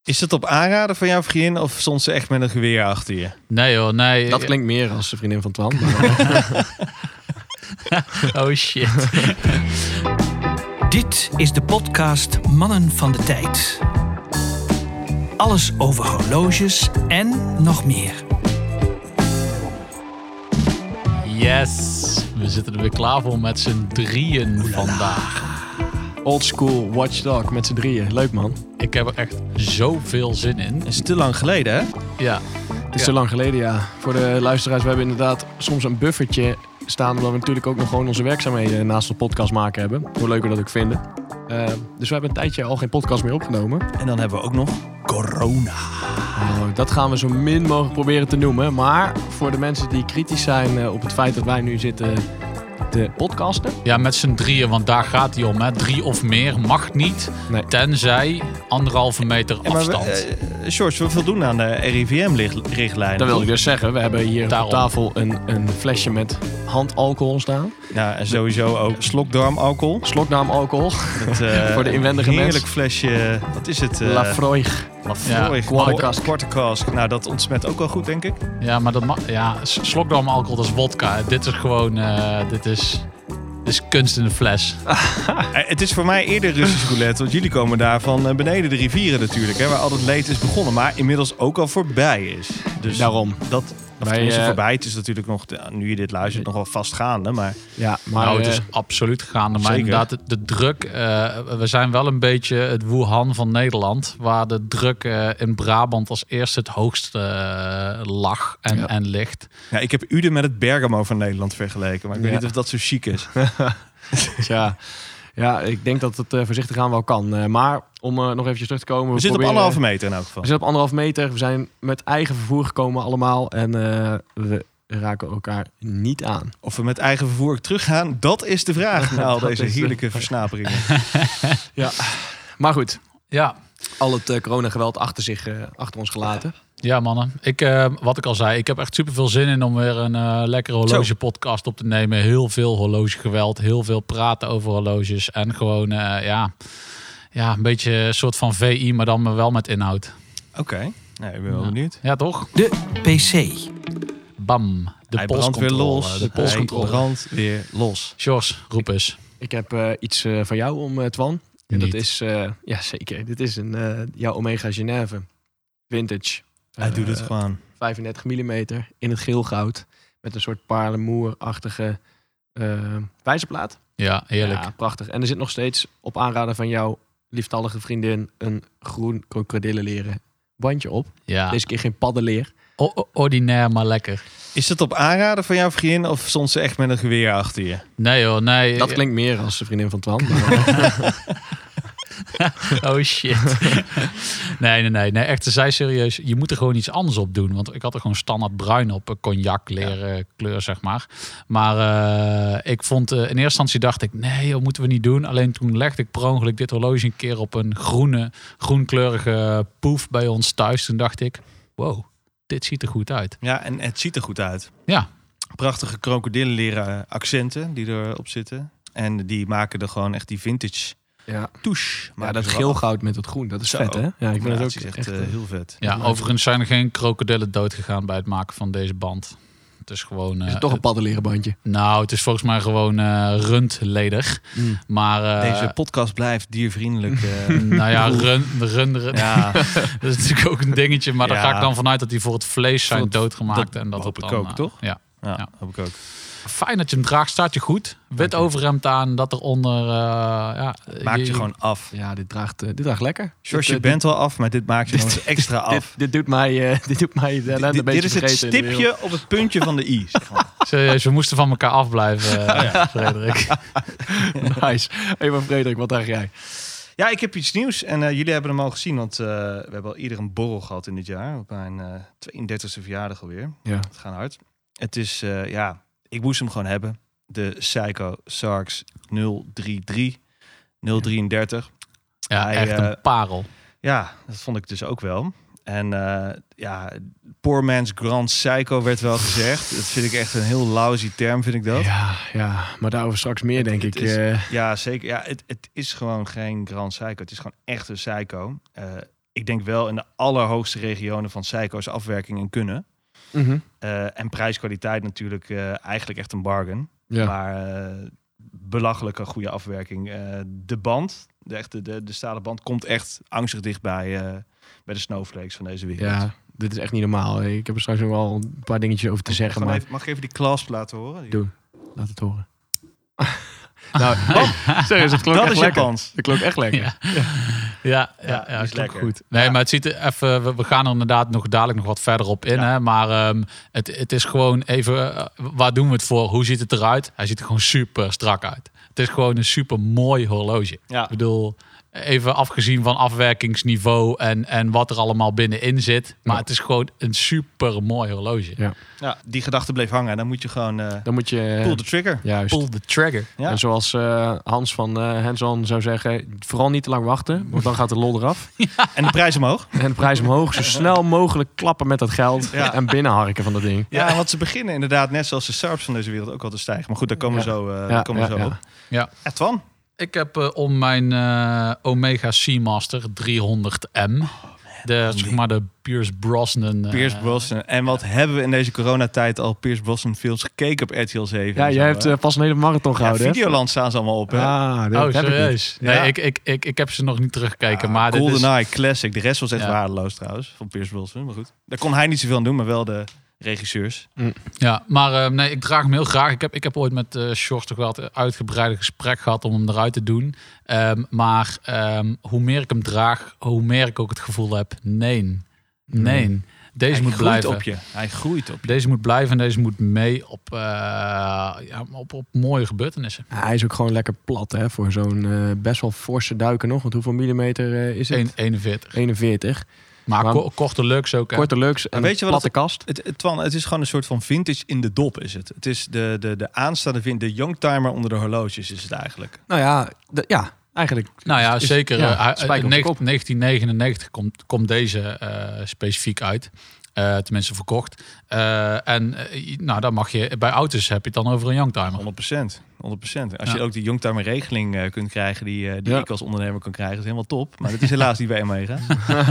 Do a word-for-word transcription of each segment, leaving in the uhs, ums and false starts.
Is het op aanraden van jouw vriendin of stond ze echt met een geweer achter je? Nee hoor, nee. Dat klinkt meer als de vriendin van Twan. Maar... oh shit. Dit is de podcast Mannen van de Tijd. Alles over horloges en nog meer. Yes, we zitten er weer klaar voor met z'n drieën vandaag. Old school watchdog met z'n drieën. Leuk man. Ik heb er echt zoveel zin in. Het is te lang geleden, hè? Ja. Het is Ja. zo lang geleden, ja. Voor de luisteraars, we hebben inderdaad soms een buffertje staan, omdat we natuurlijk ook nog gewoon onze werkzaamheden naast de podcast maken hebben. Hoe leuk we dat ook vinden. Uh, dus we hebben een tijdje al geen podcast meer opgenomen. En dan hebben we ook nog corona. Uh, dat gaan we zo min mogelijk proberen te noemen. Maar voor de mensen die kritisch zijn uh, op het feit dat wij nu zitten te podcasten. Ja, met z'n drieën, want daar gaat hij om. Hè. Drie of meer mag niet, Nee. tenzij anderhalve meter Ja, maar we, afstand. uh, George, we voldoen aan de R I V M-richtlijnen. Dat wil ik dus zeggen. We hebben hier Daarom. op tafel een, een flesje met handalcohol staan. Ja, en sowieso ook slokdarmalcohol. Sloknaamalcohol. Het, uh, Voor de inwendige heerlijk mens. flesje. Wat is het? Uh, Lafroig. Lafroy. Quarter cask. Quarter cask. Nou, dat ontsmet ook wel goed, denk ik. Ja, maar dat ma- ja, s- slokdarmalcohol, dat is wodka. Dit is gewoon, uh, dit is, dit is kunst in de fles. Uh, het is voor mij eerder Russisch roulette, want jullie komen daar van uh, beneden de rivieren natuurlijk, hè, waar al het leed is begonnen, maar inmiddels ook al voorbij is. Dus Daarom. dat, of Wij, tenminste uh, voorbij. Het is natuurlijk nog, nu je dit luistert, nog wel vastgaande, maar Ja, maar nou, het eh, is absoluut gaande. Maar zeker. inderdaad, de, de druk... Uh, we zijn wel een beetje het Wuhan van Nederland. Waar de druk uh, in Brabant als eerste het hoogste uh, lag en, Ja. en ligt. ja, ik heb Uden met het Bergamo van Nederland vergeleken, maar ik weet Ja. niet of dat zo chic is. ja. ja, ik denk dat het uh, voorzichtig aan wel kan. Uh, maar om uh, nog eventjes terug te komen. We zitten op proberen- anderhalve meter in elk geval. We zitten op anderhalf meter. We zijn met eigen vervoer gekomen allemaal. En uh, we raken elkaar niet aan. Of we met eigen vervoer teruggaan, dat is de vraag na al Dat deze is de- heerlijke versnaperingen. Ja. Maar goed, Ja, al het uh, coronageweld achter zich, uh, achter ons gelaten. ja mannen. Ik, uh, wat ik al zei, ik heb echt super veel zin in om weer een uh, lekkere horlogepodcast op te nemen. Heel veel horlogegeweld, heel veel praten over horloges. En gewoon, uh, ja, ja, een beetje een soort van V I, maar dan wel met inhoud. Oké, okay. nou, ik ben wel Ja. benieuwd. Ja, toch? De P C. Bam. De Hij brandt weer polscontrole. los. De Hij polscontrole. brandt weer los. Sjors, roep eens. Ik heb uh, iets uh, van jou om, uh, Twan. En Niet. dat is, uh, ja zeker, dit is een uh, jouw Omega Genève Vintage. Hij Uh, doet het gewoon. vijfendertig millimeter in het geel goud. Met een soort parlemoer-achtige uh, wijzerplaat. Ja, heerlijk. Ja, prachtig. En er zit nog steeds op aanraden van jouw lieftallige vriendin een groen krokodillenleren bandje op. Ja. Deze keer geen paddenleer. O- o- ordinair, maar lekker. Is het op aanraden van jouw vriendin of stond ze echt met een geweer achter je? Nee hoor, nee. Dat klinkt meer als de vriendin van Twan. Maar, Oh shit. nee, nee, nee, nee. Echt, ze zei serieus, je moet er gewoon iets anders op doen. Want ik had er gewoon standaard bruin op. Een cognac leren kleur, zeg maar. Maar uh, ik vond, uh, in eerste instantie dacht ik, nee, dat moeten we niet doen. Alleen toen legde ik per ongeluk dit horloge een keer op een groene, groenkleurige poef bij ons thuis. Toen dacht ik, wow, dit ziet er goed uit. Ja, en het ziet er goed uit. Ja. Prachtige krokodillenleren accenten die erop zitten. En die maken er gewoon echt die vintage ja. touche. Maar dat geel goud met het groen, dat is Zo, vet hè? Ja, ik vind het ook is echt, echt uh, heel vet. Ja, overigens zijn er geen krokodillen dood gegaan bij het maken van deze band. Het is gewoon... Uh, is het toch een paddenleren bandje? Nou, het is volgens mij gewoon uh, rundleder. Mm. Maar, uh, Deze podcast blijft diervriendelijk. Uh, nou ja, run, runderen. ja. Dat is natuurlijk ook een dingetje. Maar Ja. daar ga ik dan vanuit dat die voor het vlees zijn het- doodgemaakt. dat en dat hoop het ik dan, ook, uh, toch? Ja. Ja, Ja. hoop ik ook. Fijn dat je hem draagt. Staat je goed. Wit overhemd aan. Dat eronder... Uh, ja, Maak je gewoon af. Ja, dit draagt, uh, dit draagt lekker. George, dit, je bent wel af, maar dit maakt je nog eens extra af. Dit, dit doet mij, uh, dit doet mij de ellende dit, een beetje dit is het vergeten in de wereld. stipje op het puntje van de i. Zeg maar. Serieus, we moesten van elkaar afblijven, uh, ja. Frederik. Nice. Even Frederik, wat dacht jij? Ja, ik heb iets nieuws en uh, jullie hebben hem al gezien, want uh, we hebben al eerder een borrel gehad in dit jaar. Op mijn uh, tweeëndertigste verjaardag alweer. Ja. Het gaat hard. Het is, uh, ja, ik moest hem gewoon hebben. De Seiko Sarks nul drie drie, nul drieëndertig. Ja, Hij, echt uh, een parel. Ja, dat vond ik dus ook wel. En uh, ja, poor man's Grand Seiko werd wel gezegd. Dat vind ik echt een heel lousy term, vind ik dat. Ja, ja, maar daarover straks meer, denk Het ik. is- Uh, Ja, zeker. Ja, het, het is gewoon geen Grand Seiko. Het is gewoon echt een Seiko. Uh, ik denk wel in de allerhoogste regionen van Seiko's afwerking en kunnen. Mm-hmm. Uh, en prijs-kwaliteit natuurlijk uh, eigenlijk echt een bargain. Ja. Maar uh, belachelijke goede afwerking. Uh, de band, de, echte, de, de stalen band, komt echt angstig dicht bij, uh, bij de snowflakes van deze wereld. Ja, dit is echt niet normaal. Ik heb er straks nog wel een paar dingetjes over te zeggen. Maar... Even, mag ik even die clasp laten horen? Die... Doe, laat het horen. nou, serieus, het klonk dat echt is lekker. Japans. Het klonk echt lekker. Ja, ja, ja, ja, ja ja is klonk lekker. goed. Nee, ja. maar het ziet er even. We, we gaan er inderdaad nog dadelijk nog wat verder op in. Ja. Hè? Maar um, het, het is gewoon even. Uh, waar doen we het voor? Hoe ziet het eruit? Hij ziet er gewoon super strak uit. Het is gewoon een super mooi horloge. Ja. Ik bedoel, even afgezien van afwerkingsniveau en, en wat er allemaal binnenin zit. Maar Ja. het is gewoon een super mooi horloge. Ja. Ja, die gedachte bleef hangen. Dan moet je gewoon uh, Dan moet je... pull the trigger. Juist. Pull the trigger. Ja. En zoals uh, Hans van uh, Hands-On zou zeggen, vooral niet te lang wachten, want dan gaat de lol eraf. En de prijs omhoog. En de prijs omhoog, zo snel mogelijk klappen met dat geld Ja. en binnenharken van dat ding. Ja, want ze beginnen inderdaad net zoals de Sharps van deze wereld ook al te stijgen. Maar goed, daar komen we Ja. zo, uh, Ja, daar komen we ja, zo ja. op. Ja. Ja, Twan. Ik heb uh, om mijn uh, Omega Seamaster driehonderd M. De, zeg maar de Pierce Brosnan. Uh, Pierce Brosnan. En wat hebben we in deze coronatijd al Pierce Brosnan films gekeken op R T L zeven? Ja, en jij zo, hebt hè? uh, pas een hele marathon ja, gehouden. hè? Videoland staan ze allemaal op. Hè? Ah, dat Oh, heb ik niet. serieus? Nee, Ja. ik, ik, ik, ik heb ze nog niet teruggekeken. Ja, maar dit is, GoldenEye Classic. De rest was echt Ja. waardeloos trouwens, van Pierce Brosnan. Maar goed, daar kon hij niet zoveel aan doen, maar wel de regisseurs. ja, maar uh, nee, ik draag hem heel graag. Ik heb, ik heb ooit met uh, Sjors toch wel het uitgebreide gesprek gehad om hem eruit te doen. Um, maar um, hoe meer ik hem draag, hoe meer ik ook het gevoel heb, nee, nee. Hmm. Deze hij moet groeit blijven. op je. Hij groeit op je. Deze moet blijven en deze moet mee op, uh, ja, op, op mooie gebeurtenissen. Ja, hij is ook gewoon lekker plat hè, voor zo'n uh, best wel forse duiker nog. Want hoeveel millimeter uh, is het? eenenveertig. eenenveertig. Maar, Maar- ko- korte lux ook. Hè? Korte lux en weet je een wat platte kast. Het, het, Twan, het is gewoon een soort van vintage in de dop, is het. Het is de, de, de aanstaande vin, de youngtimer onder de horloges is het eigenlijk. Nou ja, de, ja eigenlijk. Nou ja, is- zeker. ja, Uh, hij- spijker op de kop. negentien negenennegentig komt, komt deze uh, specifiek uit. Uh, tenminste verkocht. Uh, en uh, nou, dan mag je bij auto's heb je het dan over een youngtimer. honderd procent. honderd procent. Als Ja. je ook die youngtimer regeling uh, kunt krijgen, die, uh, die Ja. ik als ondernemer kan krijgen, is helemaal top. Maar dat is helaas niet bij Omega.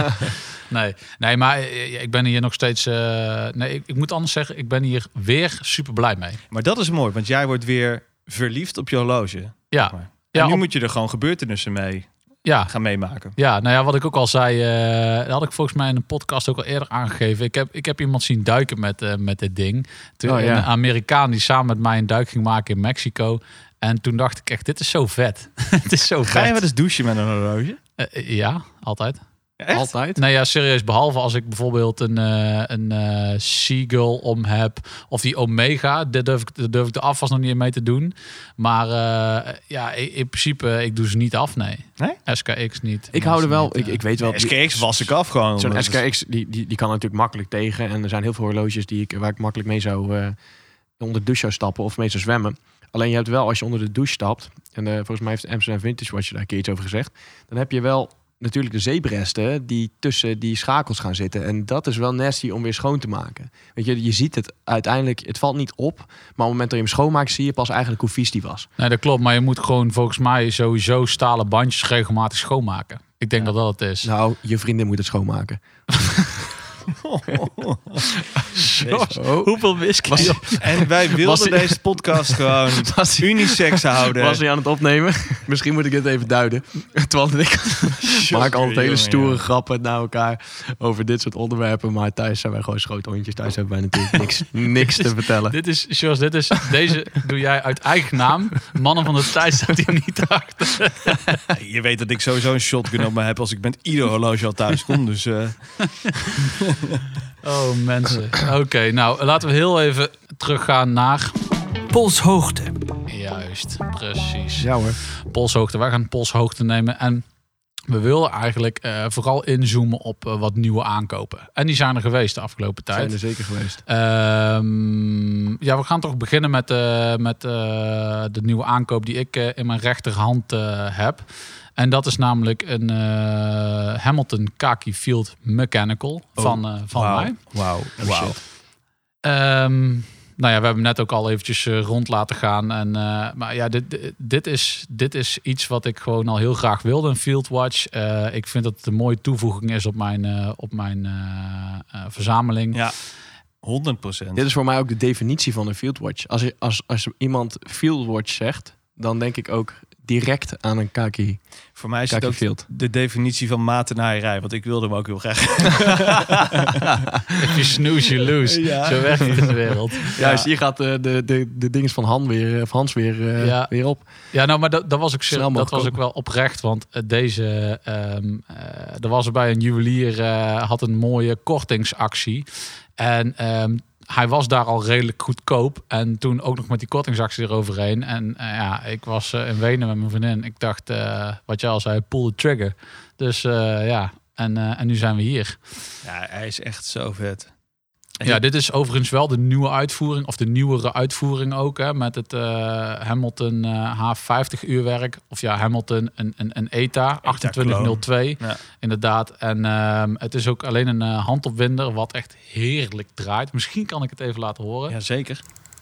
Nee, nee, maar uh, ik ben hier nog steeds. Uh, nee, ik, ik moet anders zeggen, ik ben hier weer super blij mee. Maar dat is mooi, want jij wordt weer verliefd op je horloge. Ja, Maar. En ja, nu op- moet je er gewoon gebeurtenissen mee ja. gaan meemaken. Ja, nou ja, wat ik ook al zei, uh, dat had ik volgens mij in een podcast ook al eerder aangegeven. Ik heb, ik heb iemand zien duiken met, uh, met dit ding. Toen, Oh, ja. Een Amerikaan die samen met mij een duik ging maken in Mexico. En toen dacht ik echt, dit is zo vet. Het is zo Ga je vet. wel eens douchen met een horloge? Uh, ja, altijd. Ja, echt? Altijd. Nee, ja, serieus. Behalve als ik bijvoorbeeld een, uh, een uh, Seagull om heb. Of die Omega. Daar durf ik, daar durf ik de afwas nog niet mee te doen. Maar uh, ja, in, in principe, ik doe ze niet af, nee. Nee? S K X niet. Ik hou er wel, Niet, ik, uh, ik weet wel. S K X was ik af gewoon. Zo'n Dat S is- K X, die, die, die kan natuurlijk makkelijk tegen. En er zijn heel veel horloges die ik, waar ik makkelijk mee zou uh, onder de douche zou stappen of mee zou zwemmen. Alleen je hebt wel, als je onder de douche stapt, en uh, volgens mij heeft Amsterdam Vintage Watch daar een keer iets over gezegd, dan heb je wel natuurlijk de zeepresten die tussen die schakels gaan zitten. En dat is wel nasty om weer schoon te maken. Weet je, je ziet het uiteindelijk, het valt niet op, maar op het moment dat je hem schoonmaakt, zie je pas eigenlijk hoe vies die was. Nee, dat klopt. Maar je moet gewoon volgens mij sowieso stalen bandjes regelmatig schoonmaken. Ik denk Ja. dat dat het is. Nou, je vriendin moet het schoonmaken. Jezus. Oh. Hoeveel whisky? Was, En wij Was wilden hij- deze podcast gewoon was, hij, unisex houden. was hij aan het opnemen? Misschien moet ik het even duiden. Terwijl ik maak altijd hele jongen, stoere ja. grappen naar elkaar over dit soort onderwerpen. Maar thuis zijn wij gewoon schoothondjes. Thuis hebben wij natuurlijk niks, niks te vertellen. Dit is, Jos, dit is, deze doe jij uit eigen naam. Mannen van de tijd staat hier niet achter. Je weet dat ik sowieso een shotgun op me heb als ik met ieder horloge al thuis kom. Dus uh, Oh, mensen. Oké, okay, nou, laten we heel even teruggaan naar... Polshoogte. Juist, precies. Ja hoor. Polshoogte. Wij gaan polshoogte nemen en we willen eigenlijk uh, vooral inzoomen op uh, wat nieuwe aankopen. En die zijn er geweest de afgelopen tijd. Zijn er zeker geweest. Um, ja, we gaan toch beginnen met, uh, met uh, de nieuwe aankoop die ik uh, in mijn rechterhand uh, heb. En dat is namelijk een uh, Hamilton Khaki Field Mechanical van, uh, van wauw. mij. Wauw. Oh, Wauw. shit. Um, nou ja, we hebben net ook al eventjes uh, rond laten gaan. En, uh, maar ja, dit, dit, is, dit is iets wat ik gewoon al heel graag wilde, een Fieldwatch. Uh, ik vind dat het een mooie toevoeging is op mijn, uh, op mijn uh, uh, verzameling. Ja, honderd procent. Dit is voor mij ook de definitie van een Fieldwatch. Als, je, als, als iemand Fieldwatch zegt, dan denk ik ook direct aan een Kaki. Voor mij is het Kaki ook Field. de definitie van matenaaierij, want ik wilde hem ook heel graag. If you snooze, you lose. Ja. Zo werkt het in de wereld. Ja, dus hier gaat de, de, de, de dinges van Han weer, of Hans weer, uh, Ja. weer op. Ja, nou, maar dat, dat was ook Snel dat mogelijk was ook komen. wel oprecht, want uh, deze, um, uh, er was er bij een juwelier uh, had een mooie kortingsactie en um, hij was daar al redelijk goedkoop en toen ook nog met die kortingsactie eroverheen en uh, ja, ik was uh, in Wenen met mijn vriendin. Ik dacht, uh, wat je al zei, pull the trigger. Dus uh, ja, en, uh, en nu zijn we hier. Ja, hij is echt zo vet. Ja, dit is overigens wel de nieuwe uitvoering, of de nieuwere uitvoering ook, hè, met het uh, Hamilton uh, H vijftig uurwerk. Of ja, Hamilton, een, een, een E T A, achtentwintig nul twee, Ja. inderdaad. En um, het is ook alleen een uh, handopwinder, wat echt heerlijk draait. Misschien kan ik het even laten horen. Ja, zeker.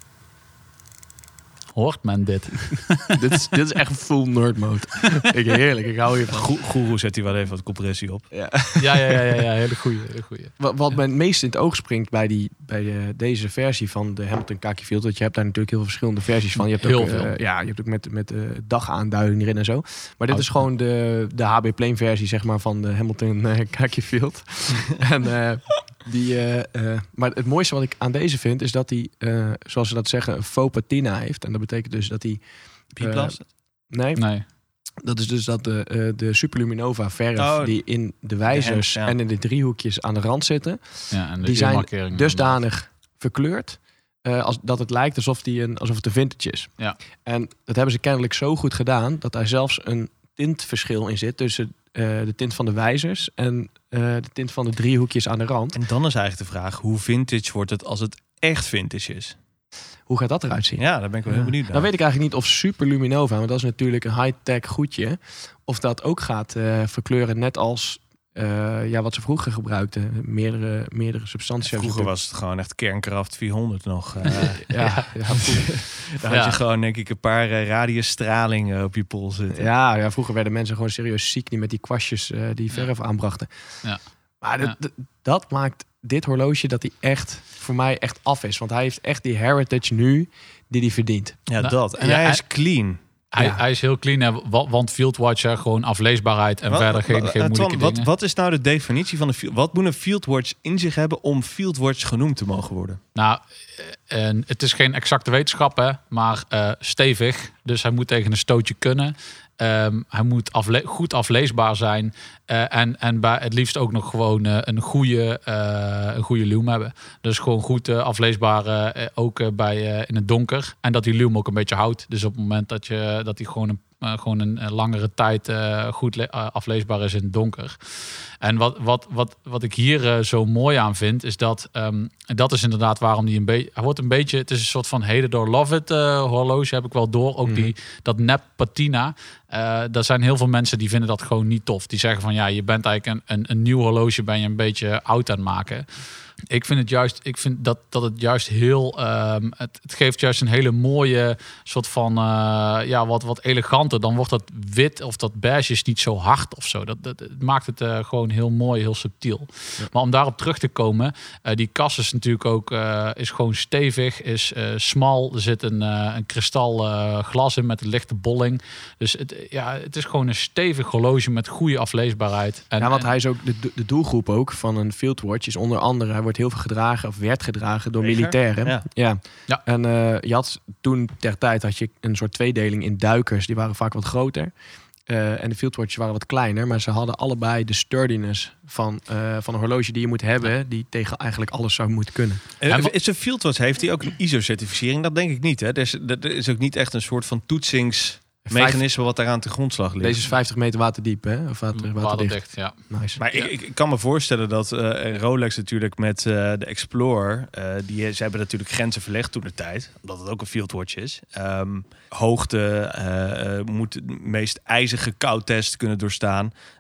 Hoort men dit? dit, is, dit is echt full nerd mode. ik heerlijk, ik hou hiervan. Go- Guru zet hier wel even wat compressie op. Ja. Ja, ja, ja, ja, ja, hele goeie, hele goeie. Wat, wat me het meest in het oog springt bij, die, bij de, deze versie van de Hamilton Kaki Field, want je hebt daar natuurlijk heel veel verschillende versies van. Je hebt Heel ook, veel. uh, ja, je hebt ook met, met de dagaanduiding erin en zo. Maar dit Oh. is gewoon de, de H B Plane versie, zeg maar, van de Hamilton uh, Kaki Field. en uh, die, uh, uh, maar het mooiste wat ik aan deze vind, is dat hij, uh, zoals ze dat zeggen, een faux patina heeft. En dat betekent dus dat hij... Pieplas? Nee, Nee. dat is dus dat de, uh, de Superluminova verf Oh, die in de wijzers de hem, ja. en in de driehoekjes aan de rand zitten, Ja, en de die zijn uurmarkeringen. dusdanig verkleurd uh, als dat het lijkt alsof, die een, alsof het een vintage is. Ja. En dat hebben ze kennelijk zo goed gedaan dat daar zelfs een tintverschil in zit tussen uh, de tint van de wijzers en uh, de tint van de driehoekjes aan de rand. En dan is eigenlijk de vraag, hoe vintage wordt het als het echt vintage is? Hoe gaat dat eruit zien? Ja, daar ben ik wel heel benieuwd naar. Dan weet ik eigenlijk niet of Superluminova, want dat is natuurlijk een high-tech goedje, of dat ook gaat uh, verkleuren net als uh, ja, wat ze vroeger gebruikten. Meerdere, meerdere substanties. Vroeger was het gewoon echt kernkraft vierhonderd nog. Uh, ja, ja, vroeger, daar Ja. had je gewoon denk ik een paar uh, radiostralingen op je pol zitten. ja, ja, vroeger werden mensen gewoon serieus ziek die met die kwastjes uh, die verf aanbrachten. Ja. Maar dat, Ja. dat, dat maakt dit horloge dat hij echt voor mij echt af is. Want hij heeft echt die heritage nu die hij verdient. Ja, Nou, dat. En ja, hij hij- is clean. Hij, Ja. hij is heel clean, hè, wa- want Fieldwatch, hè, gewoon afleesbaar en Wat- verder geen, wat- geen uh, moeilijke Twan, dingen. wat, wat is nou de definitie van de field? Wat moet een Fieldwatch in zich hebben om Fieldwatch genoemd te mogen worden? Nou, eh, en het is geen exacte wetenschap, hè, maar eh, stevig. Dus hij moet tegen een stootje kunnen. Um, hij moet afle- goed afleesbaar zijn. Uh, en en bij het liefst ook nog gewoon uh, een goede, uh, een goede lume hebben. Dus gewoon goed uh, afleesbaar, uh, ook uh, bij, uh, in het donker. En dat die lume ook een beetje houdt. Dus op het moment dat, je, dat die gewoon een, uh, gewoon een, een langere tijd uh, goed le- uh, afleesbaar is in het donker. En wat, wat, wat, wat ik hier uh, zo mooi aan vind, is dat... Um, dat is inderdaad waarom die een beetje... Hij wordt een beetje... Het is een soort van hate it or love it uh, horloge, heb ik wel door. Ook Mhm. die, dat nep patina. Uh, er zijn heel veel mensen die vinden dat gewoon niet tof. Die zeggen van ja, je bent eigenlijk een, een, een nieuw horloge, ben je een beetje oud aan het maken. Ik vind het juist, ik vind dat, dat het juist heel, um, het, het geeft juist een hele mooie soort van, uh, ja, wat, wat eleganter. Dan wordt dat wit of dat beige is niet zo hard of zo. Dat, dat het maakt het uh, gewoon heel mooi, heel subtiel. Ja. Maar om daarop terug te komen, uh, die kas is natuurlijk ook, uh, is gewoon stevig, is uh, smal. Er zit een, uh, een kristal uh, glas in met een lichte bolling. Dus het, ja, het is gewoon een stevig horloge met goede afleesbaarheid. En, ja, want en, hij is ook de, de doelgroep ook van een Fieldwatch is onder andere, hij wordt heel veel gedragen of werd gedragen door Leger? militairen. Ja. Ja. Ja. En uh, je had toen ter tijd had je een soort tweedeling in duikers, die waren vaak wat groter. Uh, en de Fieldwatches waren wat kleiner, maar ze hadden allebei de sturdiness van, uh, van een horloge die je moet hebben, die tegen eigenlijk alles zou moeten kunnen. En uh, is een Fieldwatch, heeft hij ook een I S O-certificering? Dat denk ik niet. Hè? Er is, er is ook niet echt een soort van toetsingsmechanisme wat daaraan te grondslag ligt. Deze is vijftig meter waterdiep, hè? Of water, waterdicht. waterdicht, ja. Nice. Maar Ja. ik, ik kan me voorstellen dat uh, Rolex natuurlijk met uh, de Explorer, uh, die, ze hebben natuurlijk grenzen verlegd toen de tijd, omdat het ook een Fieldwatch is. Um, hoogte uh, uh, moet de meest ijzige koudtest kunnen doorstaan.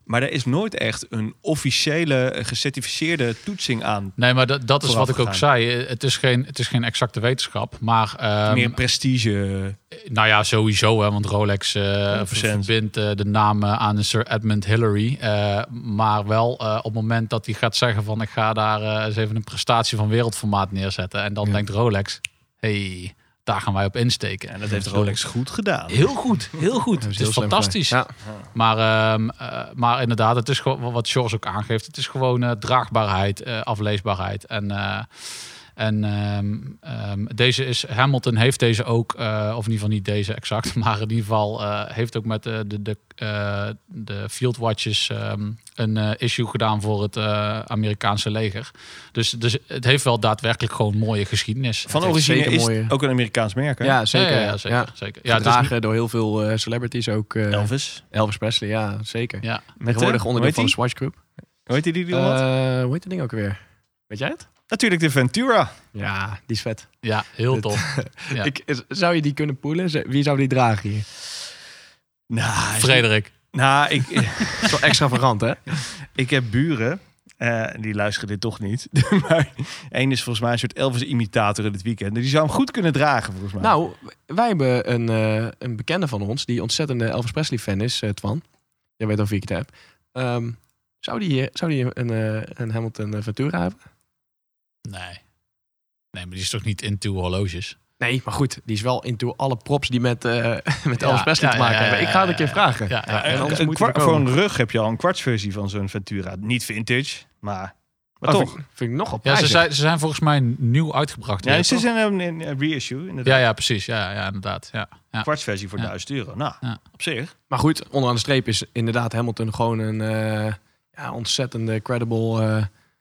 Maar er is nooit echt een officiële, gecertificeerde toetsing aan. Nee, maar dat, dat is wat ik ook Voorafgegaan. zei. Het is geen, het is geen exacte wetenschap. Maar um, Meer prestige. nou ja, sowieso. Hè, want Rolex uh, honderd procent. verbindt uh, de naam uh, aan Sir Edmund Hillary. Uh, maar wel uh, op het moment dat hij gaat zeggen van... ik ga daar uh, eens even een prestatie van wereldformaat neerzetten. En dan Ja. denkt Rolex... hey, daar gaan wij op insteken. En dat heeft Rolex goed gedaan. Heel goed, heel goed. Dat Het is heel slim fantastisch. gedaan. Maar, um, uh, maar inderdaad, het is gewoon wat Sjors ook aangeeft. Het is gewoon uh, draagbaarheid, uh, afleesbaarheid. En, uh, en um, um, deze is, Hamilton heeft deze ook, uh, of in ieder geval niet deze exact, maar in ieder geval uh, heeft ook met uh, de, de, uh, de Field Watches um, een uh, issue gedaan voor het uh, Amerikaanse leger. Dus, dus het heeft wel daadwerkelijk gewoon mooie geschiedenis. Van heeft origine zeker is mooie- het ook een Amerikaans merk, hè? Ja, zeker. Ja, Ja, ja, zeker. Ja. zeker. Ja, het is Gedragen door heel veel uh, celebrities ook. Uh, Elvis. Elvis Presley, ja, zeker. ja. Tegenwoordig de- onderdeel hoe heet van de die? Swatch Group. Hoe heet die die Uh, wat? hoe heet dat ding ook weer? Weet jij het? Natuurlijk de Ventura. Ja, die is vet. ja, heel Dit- tof. Ja. Ik, is- zou je die kunnen poelen? Z- Wie zou die dragen hier? Nou, Frederik. nou ik, Dat is wel extravagant, hè? ik heb buren. Uh, die luisteren dit toch niet. Maar één is volgens mij een soort Elvis-imitator in het weekend. Die zou hem goed kunnen dragen, volgens mij. Nou, wij hebben een, uh, een bekende van ons... die ontzettende Elvis Presley-fan is, uh, Twan. Jij weet over wie ik het heb. Um, zou die, hier- zou die een, uh, een Hamilton Ventura hebben? Nee. Nee, maar die is toch niet into horloges? Nee, maar goed. Die is wel into alle props die met, uh, met Ja, Elvis Presley ja, te maken ja, ja, hebben. Ik ga het een keer ja, vragen. ja, ja. en Een- anders een moet kwa- hij er voor komen. een rug heb je al een kwartsversie van zo'n Ventura. Niet vintage, maar, maar Oh, toch. Vind, vind ik nogal Ja, ze prijzig. zijn, ze zijn volgens mij nieuw uitgebracht. Ja, weer, het is toch? een, een, een reissue, inderdaad. ja, ja, precies. Ja, ja inderdaad. Ja, ja. Kwartsversie voor Ja. duizend euro. Nou, Ja. op zich. Maar goed, onderaan de streep is inderdaad Hamilton gewoon een uh, ja, ontzettende credible uh,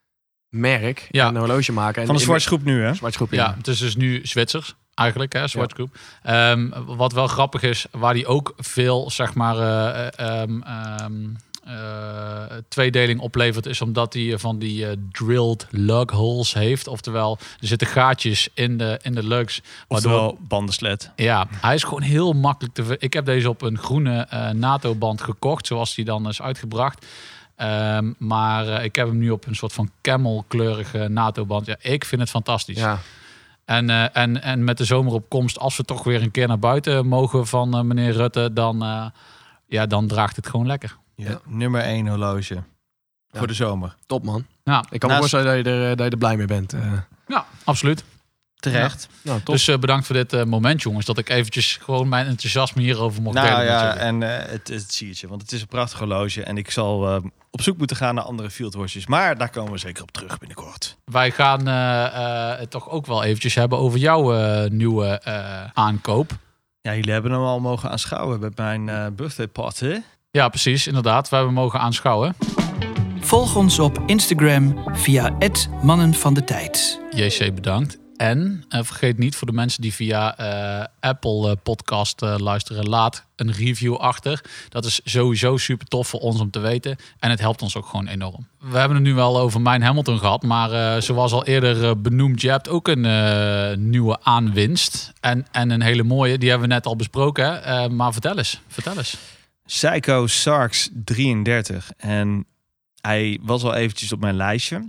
merk. Ja. Een horloge maken. En Van de in- Zwarte Groep nu, hè? Zwarte groep, ja, ja. het is dus nu Zwitsers. Eigenlijk, hè, Swatch Group. Um, wat wel grappig is, waar die ook veel, zeg maar, uh, um, um, uh, tweedeling oplevert, is omdat hij van die uh, drilled lug holes heeft. Oftewel, er zitten gaatjes in de, in de lugs. Oftewel bandenslet. Ja, hij is gewoon heel makkelijk te... ver- Ik heb deze op een groene uh, NATO-band gekocht, zoals die dan is uitgebracht. Um, maar uh, ik heb hem nu op een soort van camel-kleurige NATO-band. Ja, ik vind het fantastisch. Ja. En, uh, en, en met de zomeropkomst, als we toch weer een keer naar buiten mogen van uh, meneer Rutte, dan, uh, ja, dan draagt het gewoon lekker. Ja, Ja. nummer één horloge. Ja. Voor de zomer. Top, man. Ja, Ik kan me Naast- voorstellen dat je, er, dat je er blij mee bent. Uh, ja absoluut. Terecht. nou, top. Dus uh, bedankt voor dit uh, moment, jongens. Dat ik eventjes gewoon mijn enthousiasme hierover mocht Nou delen met ja, jullie. en uh, het, het siertje. Want het is een prachtig horloge. En ik zal uh, op zoek moeten gaan naar andere field watches. Maar daar komen we zeker op terug binnenkort. Wij gaan uh, uh, het toch ook wel eventjes hebben over jouw uh, nieuwe uh, aankoop. Ja, jullie hebben hem al mogen aanschouwen bij mijn uh, birthday party. Ja, precies. Inderdaad. We hebben mogen aanschouwen. Volg ons op Instagram via het Mannen van de Tijd. J C, bedankt. En uh, vergeet niet voor de mensen die via uh, Apple uh, podcast uh, luisteren, laat een review achter. Dat is sowieso super tof voor ons om te weten. En het helpt ons ook gewoon enorm. We hebben het nu wel over mijn Hamilton gehad. Maar uh, zoals al eerder uh, benoemd, je hebt ook een uh, nieuwe aanwinst. En, en een hele mooie, die hebben we net al besproken. Hè? Uh, maar vertel eens, vertel eens. Seiko Sarks drieëndertig. En hij was al eventjes op mijn lijstje.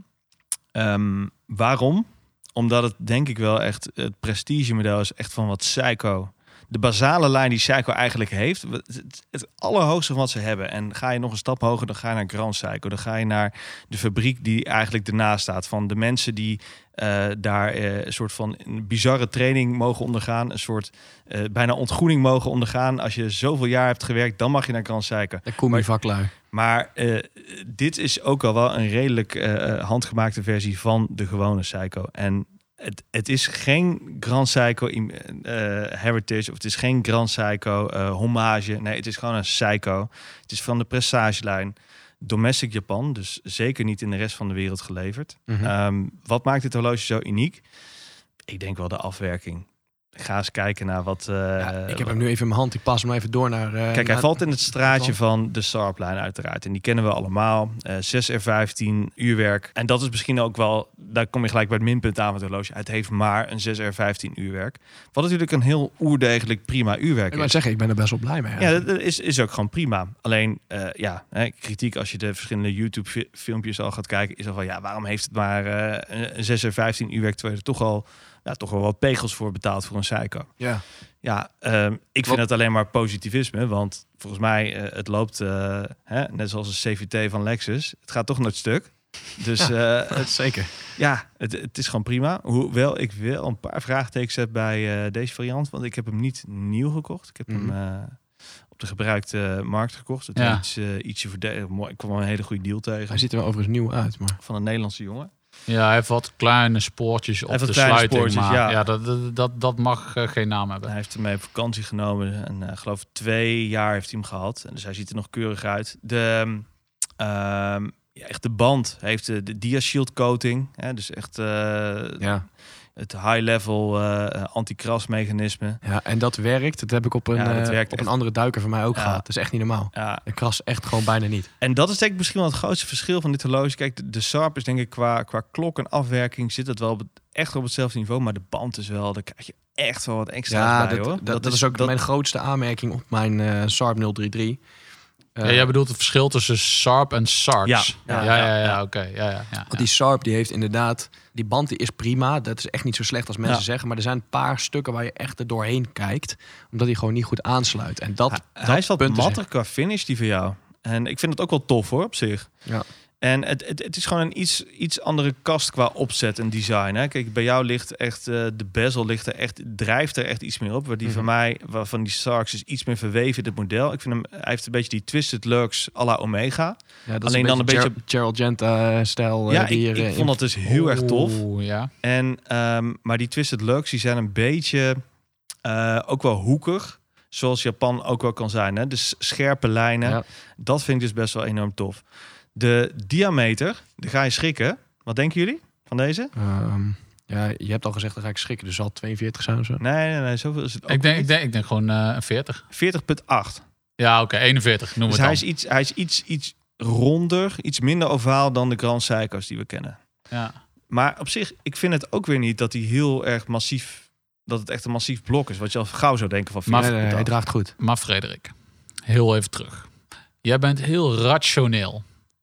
Um, waarom? Omdat het denk ik wel echt, het prestige model is echt van wat Seiko, de basale lijn die Seiko eigenlijk heeft. Het, het allerhoogste van wat ze hebben. En ga je nog een stap hoger, dan ga je naar Grand Seiko. Dan ga je naar de fabriek die eigenlijk ernaast staat. Van de mensen die uh, daar uh, een soort van een bizarre training mogen ondergaan. Een soort uh, bijna ontgroening mogen ondergaan. Als je zoveel jaar hebt gewerkt, dan mag je naar Grand Seiko. Daar kom je vaklui. Maar uh, dit is ook al wel een redelijk uh, handgemaakte versie van de gewone Seiko. En het, het is geen Grand Seiko uh, Heritage of het is geen Grand Seiko uh, hommage. Nee, het is gewoon een Seiko. Het is van de prestagelijn. Domestic Japan, dus zeker niet in de rest van de wereld geleverd. Mm-hmm. Um, wat maakt dit horloge zo uniek? Ik denk wel de afwerking. ga eens kijken naar wat... Uh, ja, ik heb hem nu even in mijn hand. Ik pas hem even door naar... Uh, Kijk, hij naar, valt in het straatje van de Sharp-lijn uiteraard. En die kennen we allemaal. Uh, zes R vijftien uurwerk. En dat is misschien ook wel... Daar kom je gelijk bij het minpunt aan van het horloge. Het heeft maar een zes R vijftien uurwerk. Wat natuurlijk een heel oerdegelijk prima uurwerk is. Ik moet zeggen, ik ben er best wel blij mee. Ja, ja dat is, is ook gewoon prima. Alleen, uh, ja, hè, kritiek als je de verschillende YouTube-filmpjes al gaat kijken... is al van, ja, waarom heeft het maar uh, een zes R vijftien uurwerk... terwijl je er toch al... Ja, toch wel wat pegels voor betaald voor een Seiko. Ja, ja um, ik vind wat... het alleen maar positivisme. Want volgens mij, uh, het loopt uh, hè, net zoals een C V T van Lexus. Het gaat toch nooit stuk. Dus ja, uh, het, zeker. Ja, het, het is gewoon prima. Hoewel ik wel een paar vraagtekens heb bij uh, deze variant. Want ik heb hem niet nieuw gekocht. Ik heb mm-hmm. hem uh, op de gebruikte markt gekocht. Het ja. iets, uh, ietsje verdelen. Mooi. Ik kwam wel een hele goede deal tegen. Hij ziet er wel overigens nieuw uit. Maar... Van een Nederlandse jongen. Ja, hij heeft wat kleine spoortjes op de sluiting, spoortjes, maar ja, ja dat, dat, dat mag uh, geen naam hebben. Hij heeft hem mee op vakantie genomen en uh, geloof twee jaar heeft hij hem gehad. En dus hij ziet er nog keurig uit. De, um, ja, echt de band heeft de, de Dia-Shield coating, hè, dus echt uh, ja. het high-level uh, anti-kras mechanisme. Ja, en dat werkt. Dat heb ik op een, ja, uh, op een andere duiker van mij ook ja. gehad. Dat is echt niet normaal. Ja. De kras echt gewoon bijna niet. En dat is denk ik misschien wel het grootste verschil van dit horloge. Kijk, de, de Sharp is denk ik qua, qua klok en afwerking zit het wel op het, echt op hetzelfde niveau. Maar de band is wel, daar krijg je echt wel wat extra's ja, bij, dat, hoor. Dat, dat, dat is ook dat... mijn grootste aanmerking op mijn uh, Sharp nul drie drie. Uh, ja, jij bedoelt het verschil tussen Sharp en Sarks. Ja, ja, ja, ja, ja, ja oké. Okay. Ja, ja, ja, Want die Sharp die heeft inderdaad... Die band die is prima. Dat is echt niet zo slecht als mensen ja. zeggen. Maar er zijn een paar stukken waar je echt er doorheen kijkt. Omdat hij gewoon niet goed aansluit. En dat, hij, dat hij is wat matter qua finish die van jou. En ik vind het ook wel tof hoor, op zich. Ja. En het, het, het is gewoon een iets, iets andere kast qua opzet en design. Hè? Kijk, bij jou ligt echt uh, de bezel ligt er echt, drijft er echt iets meer op. Waar die mm-hmm. van mij, waarvan die Sarks is iets meer verweven in het model. Ik vind hem, hij heeft een beetje die twisted lux à la Omega. Ja, dat alleen is een dan beetje een beetje Gerald Genta stijl. Ja, die ik, hier, ik vond dat dus heel oh, erg tof. Ja. En um, maar die twisted lux die zijn een beetje uh, ook wel hoekig. Zoals Japan ook wel kan zijn. Hè? Dus scherpe lijnen. Ja. Dat vind ik dus best wel enorm tof. De diameter, daar ga je schrikken. Wat denken jullie van deze? Um, ja, je hebt al gezegd, dan ga ik schrikken. Dus zal tweeënveertig zijn of zo? Nee, nee, nee, zoveel is het ook ik denk, niet. Ik denk, ik denk gewoon uh, een veertig. veertig komma acht. Ja, oké, okay, eenenveertig, noem dus het hij dan. Is iets, hij is iets, iets ronder, iets minder ovaal dan de Grand Seiko's die we kennen. Ja. Maar op zich, ik vind het ook weer niet dat hij heel erg massief... dat het echt een massief blok is. Wat je al gauw zou denken van... Maar nee, nee, hij draagt goed. Maar Frederik, heel even terug. Jij bent heel rationeel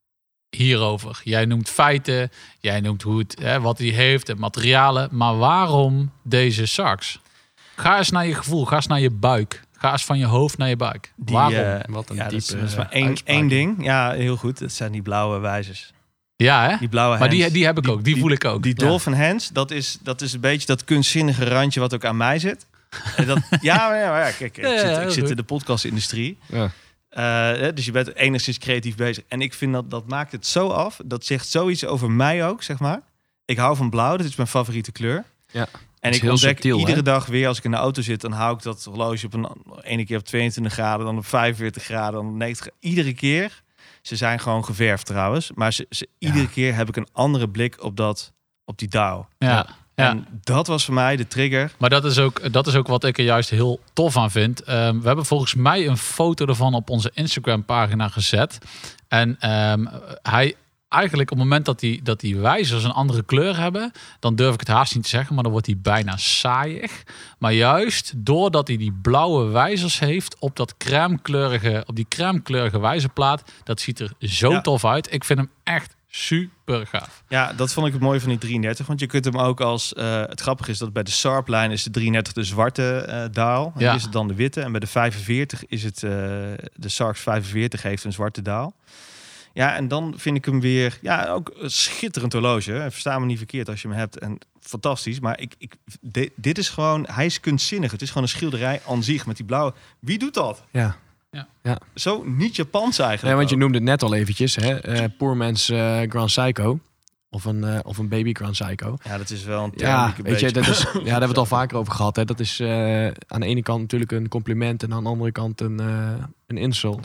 hierover. Jij noemt feiten, jij noemt hoe het, hè, wat hij heeft, de materialen. Maar waarom deze Sarks? Ga eens naar je gevoel, ga eens naar je buik. Ga eens van je hoofd naar je buik. Die, waarom? Uh, wat een ja, diepe dat is, dat is maar één, één ding. Ja, heel goed. Het zijn die blauwe wijzers. Ja, hè? Die blauwe maar hands. die, die heb ik die, ook. Die, die voel ik ook. Die ja. dolphin hands, dat is, dat is een beetje dat kunstzinnige randje wat ook aan mij zit. En dat, ja, maar ja, maar ja, kijk, ik, ja, zit, ik zit in de podcastindustrie. Ja. Uh, dus je bent enigszins creatief bezig. En ik vind dat dat maakt het zo af. Dat zegt zoiets over mij ook, zeg maar. Ik hou van blauw, dat is mijn favoriete kleur. Ja. En ik ontdek subtiel, iedere hè? dag weer als ik in de auto zit, dan hou ik dat horloge op een ene keer op tweeëntwintig graden, dan op vijfenveertig graden, dan op negentig graden. Iedere keer. Ze zijn gewoon geverfd trouwens, maar ze, ze, ja. iedere keer heb ik een andere blik op dat, op die dial. Ja. Ja. En dat was voor mij de trigger. Maar dat is ook, dat is ook wat ik er juist heel tof aan vind. Um, we hebben volgens mij een foto ervan op onze Instagram-pagina gezet. En um, hij eigenlijk op het moment dat die, dat die wijzers een andere kleur hebben, dan durf ik het haast niet te zeggen, maar dan wordt hij bijna saaiig. Maar juist doordat hij die blauwe wijzers heeft op dat crème-kleurige, op die crème-kleurige wijzerplaat, dat ziet er zo ja. tof uit. Ik vind hem echt super gaaf. Ja, dat vond ik het mooie van die drieëndertig. Want je kunt hem ook als... Uh, het grappige is dat bij de Sharp-lijn is de drieëndertig de zwarte uh, daal. En ja. is het dan de witte. En bij de vijfenveertig is het... Uh, de Sarks vijfenveertig heeft een zwarte daal. Ja, en dan vind ik hem weer... Ja, ook een schitterend horloge. Hè. Versta me niet verkeerd als je hem hebt. En fantastisch. Maar ik, ik, dit, dit is gewoon... Hij is kunstzinnig. Het is gewoon een schilderij aan zich met die blauwe... Wie doet dat? Ja. Ja. Ja. Zo niet Japans eigenlijk. Nee, want je noemde het net al eventjes, hè? Uh, Poor Man's uh, Grand Seiko. Of een, uh, of een Baby Grand Seiko. Ja, dat is wel een term. Ja, een weet beetje... je, dat is, ja, daar hebben we het al vaker over gehad. Hè? Dat is uh, aan de ene kant natuurlijk een compliment en aan de andere kant een, uh, een insult.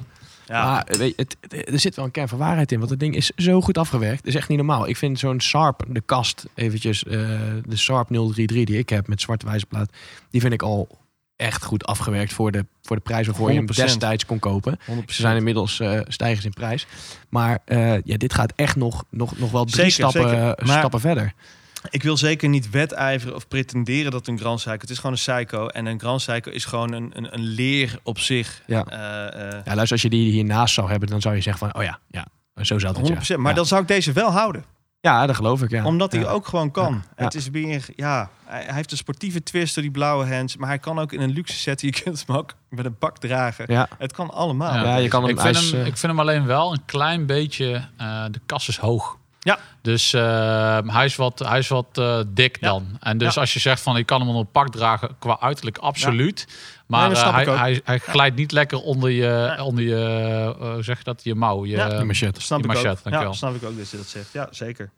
Ja. Maar weet je, het, het- er zit wel een kern van waarheid in. Want het ding is zo goed afgewerkt. Het is echt niet normaal. Ik vind zo'n Sharp, de kast, eventjes, uh, de Sharp nul drie drie die ik heb met zwarte wijzerplaat, die vind ik al echt goed afgewerkt voor de, voor de prijs waarvoor je hem honderd procent. destijds kon kopen. honderd procent. Ze zijn inmiddels uh, stijgers in prijs. Maar uh, ja, dit gaat echt nog, nog, nog wel drie Zeker, stappen, zeker. uh, Maar- stappen verder. Ik wil zeker niet wedijveren of pretenderen dat een Grand Seiko... Het is gewoon een Seiko. En een Grand Seiko is gewoon een, een, een leer op zich. Ja. Uh, uh, Ja, luister, als je die hiernaast zou hebben, dan zou je zeggen van, oh ja, ja, zo zat het. honderd procent. Ja. Maar ja. dan zou ik deze wel houden. Ja, dat geloof ik, ja. Omdat hij ja. ook gewoon kan. Ja. Het is weer, ja, hij hij heeft een sportieve twist door die blauwe hands. Maar hij kan ook in een luxe set. Je kunt hem ook met een pak dragen. Ja. Het kan allemaal. Ja. Ja, je kan hem, Ik vind, hij is, hem, uh, ik vind hem alleen wel een klein beetje... Uh, de kas is hoog. Ja. Dus uh, hij is wat, hij is wat uh, dik Ja. dan. En dus Ja. als je zegt van ik kan hem onder een pak dragen qua uiterlijk absoluut. Maar Nee, dat uh, snap hij, ik ook. hij, hij glijdt niet lekker onder je, Nee. onder je uh, hoe zeg je dat, je mouw. Je, Ja. Je machette. Snap je ik machet, ook. dankjewel. Ja, snap ik ook dat je dat zegt. Ja, zeker.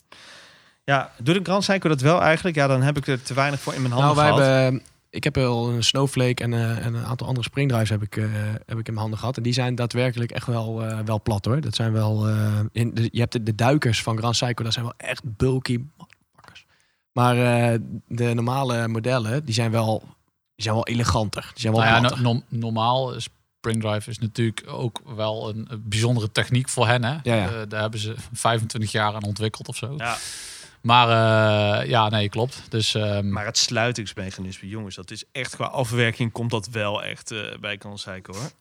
Ja, doet een Grand Seiko dat wel eigenlijk? Ja, dan heb ik er te weinig voor in mijn handen Nou, wij gehad. hebben, ik heb al een Snowflake en, uh, en een aantal andere springdrives heb ik, uh, heb ik in mijn handen gehad. En die zijn daadwerkelijk echt wel, uh, wel plat hoor. Dat zijn wel, uh, in de, je hebt de, de duikers van Grand Seiko, dat zijn wel echt bulky motherfuckers. Maar uh, de normale modellen, die zijn wel, die zijn wel eleganter. Die zijn wel Nou ja, platter. no- no- normaal Springdrive is natuurlijk ook wel een, een bijzondere techniek voor hen. Hè? Ja, ja. Uh, daar hebben ze vijfentwintig jaar aan ontwikkeld of zo. Ja, Maar uh, ja, nee, klopt. Dus um, maar het sluitingsmechanisme, jongens, dat is echt qua afwerking komt dat wel echt uh, bij Grand Seiko hoor.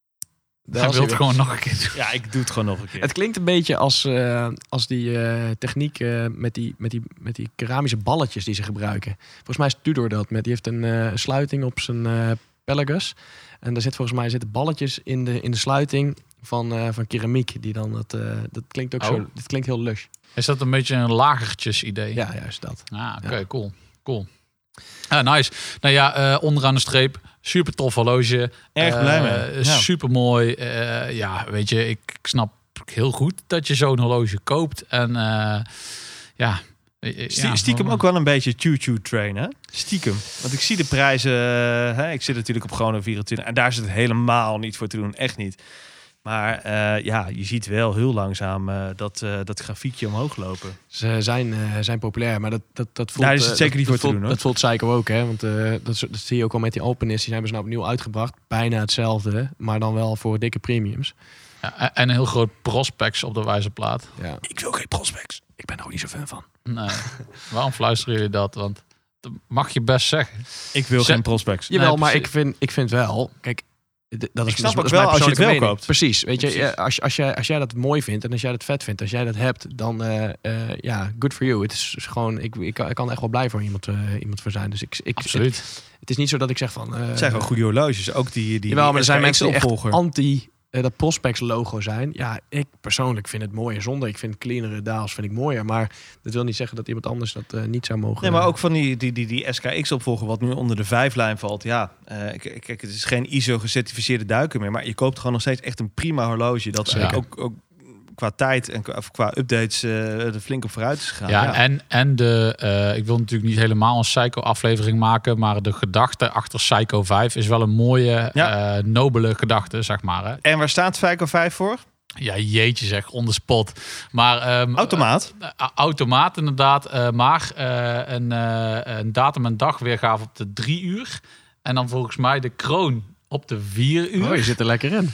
Daar hij was wil hij het weer. gewoon nog een keer doen. Ja, ik doe het gewoon nog een keer. Het klinkt een beetje als, uh, als die uh, techniek uh, met, die, met, die, met die keramische balletjes die ze gebruiken. Volgens mij is Tudor dat. Met, die heeft een uh, sluiting op zijn uh, Pelagus. En daar zit volgens mij zitten balletjes in de, in de sluiting van, uh, van keramiek. Die dan het, uh, dat klinkt ook Oh. zo. Dat klinkt heel lush. Is dat een beetje een lagertjes idee? Ja, juist dat. Ah, oké, Ja. cool. Cool. Ah, nice. Nou ja, uh, onderaan de streep. Super tof horloge. Erg blij mee. Ja. Super mooi. Uh, ja, weet je, ik snap heel goed dat je zo'n horloge koopt. En uh, ja... Stie- ja, stiekem ook wel een beetje choo-choo train, hè? Stiekem. Want ik zie de prijzen... uh, hè, ik zit natuurlijk op Chrono vierentwintig... en daar zit het helemaal niet voor te doen. Echt niet. Maar uh, ja, je ziet wel heel langzaam uh, dat, uh, dat grafiekje omhoog lopen. Ze zijn, uh, zijn populair, maar dat, dat, dat voelt... Daar is het uh, zeker dat, niet voor dat te voelt, doen, hoor. Dat voelt Seiko ook, hè. Want uh, dat, is- dat zie je ook al met die Alpinist. Die hebben ze nou opnieuw uitgebracht. Bijna hetzelfde, maar dan wel voor dikke premiums. Ja, en een heel groot prospects op de wijzerplaat. Ja. Ik wil geen prospects. Ik ben er ook niet zo fan van. Nee. Waarom fluisteren jullie dat? Want dat mag je best zeggen. Ik wil Zet- geen prospects. Jawel, Nee, maar precies. ik vind, ik vind wel... Kijk, d- dat is, Ik snap dat is- ook dat is wel mijn als je het persoonlijke wel mening. koopt. Precies, weet je, Precies. ja, als, als, jij, als jij dat mooi vindt en als jij dat vet vindt, als jij dat hebt, dan uh, uh, ja, good for you. Het is dus gewoon, ik, ik, kan- ik kan er echt wel blij voor iemand, uh, iemand voor zijn. Dus ik, ik, Absoluut. Het, het is niet zo dat ik zeg van... Uh, Het zijn gewoon goede horloges. Ook die, die, Jawel, maar er zijn S K X mensen die echt opvolger. anti uh, dat Prospex logo zijn. Ja, ik persoonlijk vind het mooier zonder. Ik vind cleanere daals vind ik mooier. Maar dat wil niet zeggen dat iemand anders dat uh, niet zou mogen. Nee, maar ook van die, die, die, die S K X-opvolger, wat nu onder de vijflijn valt. Ja, uh, kijk, kijk, het is geen I S O-gecertificeerde duiker meer. Maar je koopt gewoon nog steeds echt een prima horloge. Dat Zeker. uh, ook, ook qua tijd en qua, of qua updates uh, er flink op vooruit is gegaan. Ja, Ja, en, en de, uh, ik wil natuurlijk niet helemaal een Psycho-aflevering maken, maar de gedachte achter Psycho vijf is wel een mooie, Ja. uh, nobele gedachte, zeg maar. Hè? En waar staat Psycho vijf voor? Ja, jeetje zeg, on the spot. Maar, um, Automaat. Uh, uh, automaat inderdaad, uh, maar uh, een, uh, een datum en dag weergave op de drie uur. En dan volgens mij de kroon op de vier uur. Oh, je zit er lekker in.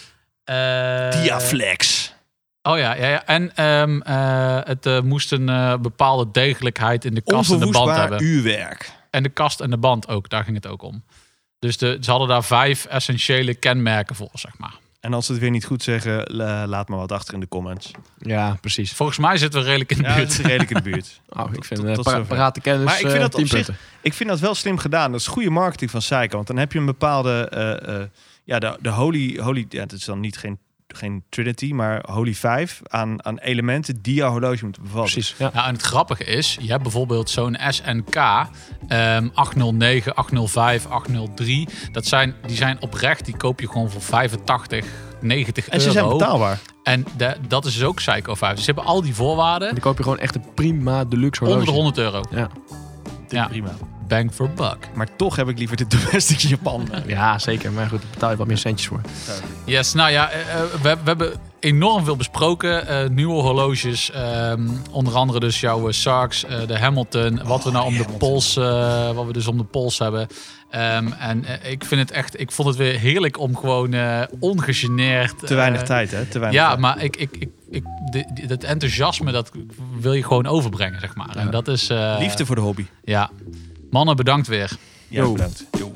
Uh, Diaflex. Oh ja, ja, ja. En um, uh, het uh, moest een uh, bepaalde degelijkheid in de kast en de band Onverwoestbaar hebben. uurwerk. En de kast en de band ook, daar ging het ook om. Dus de, ze hadden daar vijf essentiële kenmerken voor, zeg maar. En als ze het weer niet goed zeggen, la- laat maar wat achter in de comments. Ja, precies. Volgens mij zitten we redelijk in de Ja, dat buurt. is redelijk in de buurt. Oh, ik vind tot- uh, tot para- zover. parate kennis Maar ik vind uh, dat op tien zich- punten. Ik vind dat wel slim gedaan. Dat is goede marketing van Psycho. Want dan heb je een bepaalde... Uh, uh, ja, de, de Holy... Holy ja, het is dan niet geen, geen Trinity, maar Holy vijf aan, aan elementen die jouw horloge moeten bevatten. Precies, ja. Nou, en het grappige is, je hebt bijvoorbeeld zo'n S N K um, achthonderdnegen, achthonderdvijf, achthonderddrie. Dat zijn, die zijn oprecht, die koop je gewoon voor vijfentachtig, negentig En ze zijn euro. betaalbaar. En de, dat is dus ook Psycho vijf. Ze hebben al die voorwaarden En dan koop je gewoon echt een prima deluxe horloge. onder de honderd euro. Ja. Ja. Prima. bang for buck. Maar toch heb ik liever de domestic Japan. Ja, zeker. Maar goed, daar betaal je wat meer centjes voor. Yes, nou ja, uh, we, we hebben enorm veel besproken. Uh, nieuwe horloges, um, onder andere dus jouw uh, Sarks, uh, de Hamilton, wat we nou om de pols, uh, wat we dus om de pols hebben. Um, en uh, ik vind het echt, ik vond het weer heerlijk om gewoon uh, ongegeneerd. Te weinig uh, tijd, hè? Te weinig ja, tijd. maar ik, ik, ik, ik, de, de, dat enthousiasme, dat wil je gewoon overbrengen, zeg maar. Ja. En dat is uh, Liefde voor de hobby. Ja, mannen, bedankt weer. Ja, Yo. bedankt. Yo.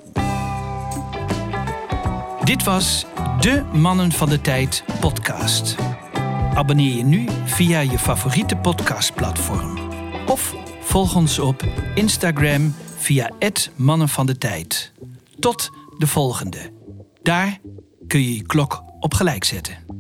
Dit was de Mannen van de Tijd podcast. Abonneer je nu via je favoriete podcastplatform. Of volg ons op Instagram via het Mannen van de Tijd. Tot de volgende. Daar kun je je klok op gelijk zetten.